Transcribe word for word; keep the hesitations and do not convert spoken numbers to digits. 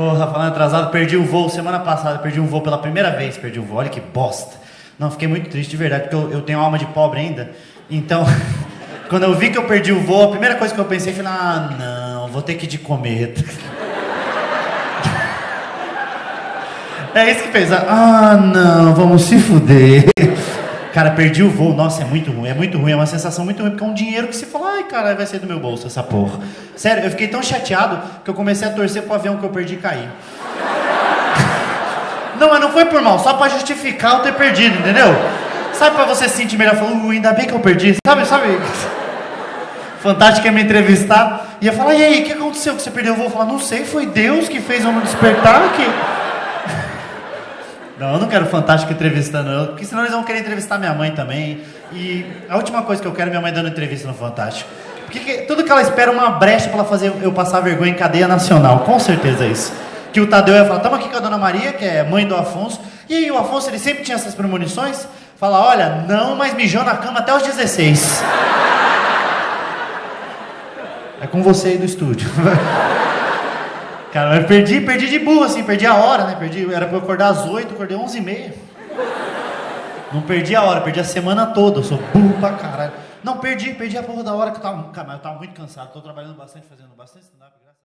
Porra, falando atrasado, perdi o voo semana passada, perdi um voo pela primeira vez, perdi o voo, olha que bosta. Não, fiquei muito triste de verdade, porque eu, eu tenho alma de pobre ainda, então, quando eu vi que eu perdi o voo, a primeira coisa que eu pensei foi, ah, não, vou ter que ir de cometa. É isso que fez, ah, não, vamos se fuder. Cara, perdi o voo, nossa, é muito ruim, é muito ruim, é uma sensação muito ruim, porque é um dinheiro que você fala, ai, cara, vai sair do meu bolso essa porra. Sério, eu fiquei tão chateado que eu comecei a torcer pro avião que eu perdi cair. Não, mas não foi por mal, só pra justificar eu ter perdido, entendeu? Sabe, pra você se sentir melhor, falou, uh, ainda bem que eu perdi, sabe, sabe? Fantástico ia me entrevistar, ia falar, e aí, o que aconteceu que você perdeu o voo? Eu falar, não sei, foi Deus que fez eu me despertar aqui. Não, eu não quero Fantástico entrevistando eu, porque senão eles vão querer entrevistar minha mãe também. E a última coisa que eu quero é minha mãe dando entrevista no Fantástico. Porque que, tudo que ela espera é uma brecha pra ela fazer eu passar vergonha em cadeia nacional, com certeza é isso. Que o Tadeu ia falar, estamos aqui com a Dona Maria, que é mãe do Afonso. E aí o Afonso, ele sempre tinha essas premonições. Fala, olha, não, mas mijou na cama até os dezesseis. É com você aí do estúdio. Cara, eu perdi, perdi de burro, assim, perdi a hora, né? Perdi, era pra eu acordar às oito, acordei às onze e meia. Não perdi a hora, perdi a semana toda, eu sou burro pra caralho. Não, perdi, perdi a porra da hora que eu tava... Cara, mas eu tava muito cansado, tô trabalhando bastante, fazendo bastante stand-up.